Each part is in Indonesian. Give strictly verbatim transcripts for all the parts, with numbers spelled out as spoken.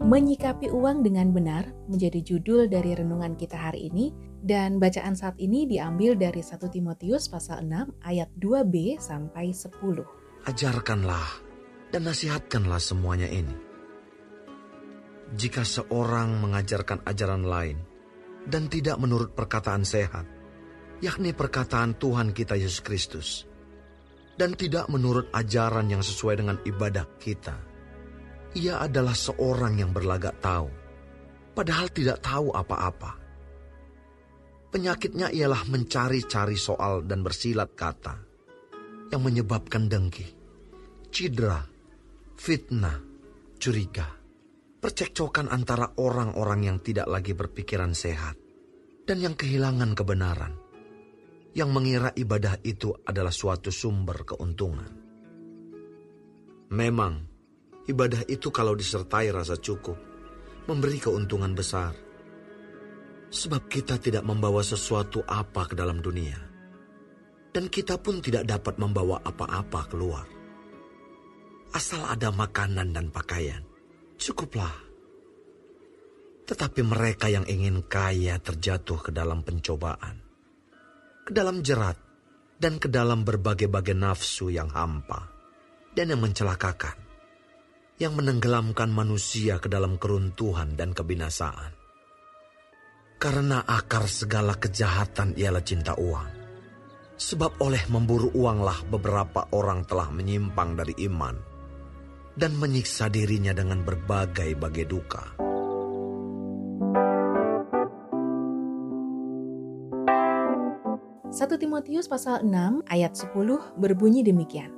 Menyikapi uang dengan benar menjadi judul dari renungan kita hari ini, dan bacaan saat ini diambil dari satu Timotius pasal enam ayat dua b sampai sepuluh. Ajarkanlah dan nasihatkanlah semuanya ini. Jika seorang mengajarkan ajaran lain dan tidak menurut perkataan sehat, yakni perkataan Tuhan kita Yesus Kristus, dan tidak menurut ajaran yang sesuai dengan ibadah kita, ia adalah seorang yang berlagak tahu, padahal tidak tahu apa-apa. Penyakitnya ialah mencari-cari soal dan bersilat kata, yang menyebabkan dengki, cidra, fitnah, curiga, percekcokan antara orang-orang yang tidak lagi berpikiran sehat, dan yang kehilangan kebenaran, yang mengira ibadah itu adalah suatu sumber keuntungan. Memang, ibadah itu kalau disertai rasa cukup, memberi keuntungan besar. Sebab kita tidak membawa sesuatu apa ke dalam dunia. Dan kita pun tidak dapat membawa apa-apa keluar. Asal ada makanan dan pakaian, cukuplah. Tetapi mereka yang ingin kaya terjatuh ke dalam pencobaan, ke dalam jerat, dan ke dalam berbagai-bagai nafsu yang hampa, dan yang mencelakakan, yang menenggelamkan manusia ke dalam keruntuhan dan kebinasaan. Karena akar segala kejahatan ialah cinta uang. Sebab oleh memburu uanglah beberapa orang telah menyimpang dari iman dan menyiksa dirinya dengan berbagai-bagai duka. satu Timotius pasal enam ayat sepuluh berbunyi demikian.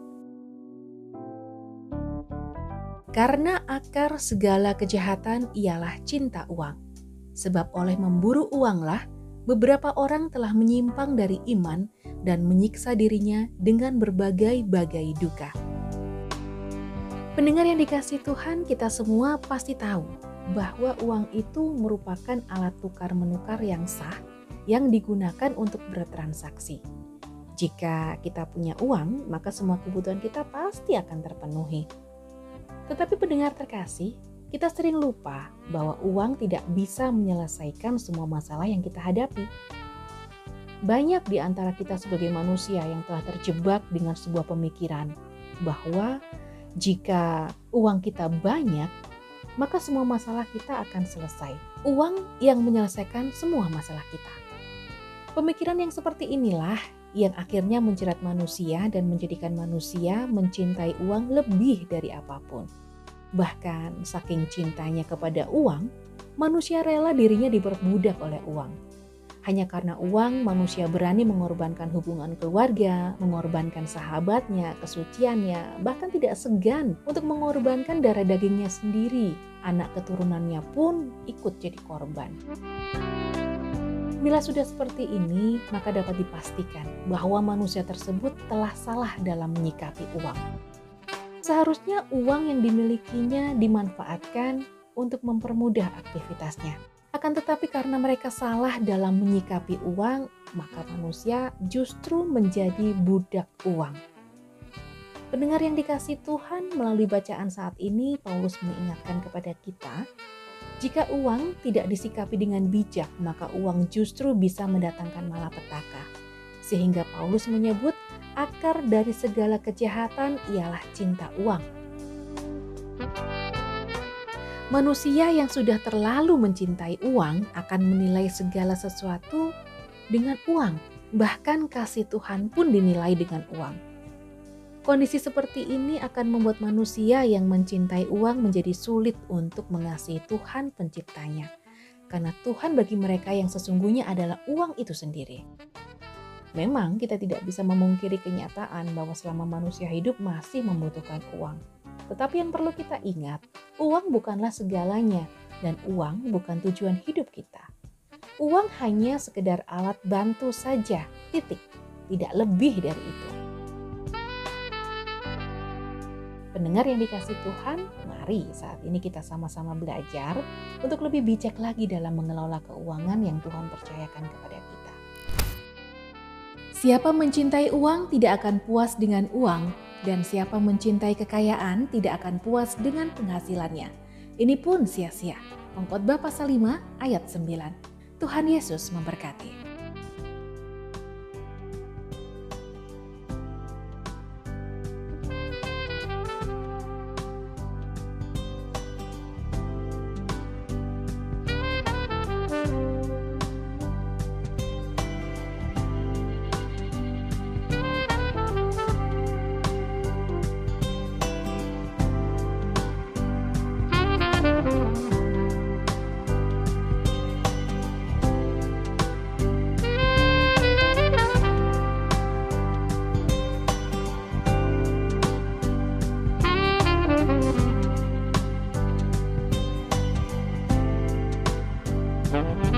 Karena akar segala kejahatan ialah cinta uang. Sebab oleh memburu uanglah beberapa orang telah menyimpang dari iman dan menyiksa dirinya dengan berbagai-bagai duka. Pendengar yang dikasihi Tuhan, kita semua pasti tahu bahwa uang itu merupakan alat tukar-menukar yang sah yang digunakan untuk bertransaksi. Jika kita punya uang, maka semua kebutuhan kita pasti akan terpenuhi. Tetapi pendengar terkasih, kita sering lupa bahwa uang tidak bisa menyelesaikan semua masalah yang kita hadapi. Banyak di antara kita sebagai manusia yang telah terjebak dengan sebuah pemikiran bahwa jika uang kita banyak, maka semua masalah kita akan selesai. Uang yang menyelesaikan semua masalah kita. Pemikiran yang seperti inilah yang akhirnya menjerat manusia dan menjadikan manusia mencintai uang lebih dari apapun. Bahkan saking cintanya kepada uang, manusia rela dirinya diperbudak oleh uang. Hanya karena uang, manusia berani mengorbankan hubungan keluarga, mengorbankan sahabatnya, kesuciannya, bahkan tidak segan untuk mengorbankan darah dagingnya sendiri. Anak keturunannya pun ikut jadi korban. Bila sudah seperti ini, maka dapat dipastikan bahwa manusia tersebut telah salah dalam menyikapi uang. Seharusnya uang yang dimilikinya dimanfaatkan untuk mempermudah aktivitasnya. Akan tetapi karena mereka salah dalam menyikapi uang, maka manusia justru menjadi budak uang. Pendengar yang dikasihi Tuhan, melalui bacaan saat ini, Paulus mengingatkan kepada kita, jika uang tidak disikapi dengan bijak, maka uang justru bisa mendatangkan malapetaka. Sehingga Paulus menyebut, akar dari segala kejahatan ialah cinta uang. Manusia yang sudah terlalu mencintai uang akan menilai segala sesuatu dengan uang. Bahkan kasih Tuhan pun dinilai dengan uang. Kondisi seperti ini akan membuat manusia yang mencintai uang menjadi sulit untuk mengasihi Tuhan penciptanya. Karena Tuhan bagi mereka yang sesungguhnya adalah uang itu sendiri. Memang kita tidak bisa memungkiri kenyataan bahwa selama manusia hidup masih membutuhkan uang. Tetapi yang perlu kita ingat, uang bukanlah segalanya dan uang bukan tujuan hidup kita. Uang hanya sekedar alat bantu saja, titik. Tidak lebih dari itu. Pendengar yang dikasihi Tuhan, mari saat ini kita sama-sama belajar untuk lebih bijak lagi dalam mengelola keuangan yang Tuhan percayakan kepada kita. Siapa mencintai uang tidak akan puas dengan uang, dan siapa mencintai kekayaan tidak akan puas dengan penghasilannya. ini pun sia-sia. Pengkhotbah pasal lima ayat sembilan. Tuhan Yesus memberkati. Thank you.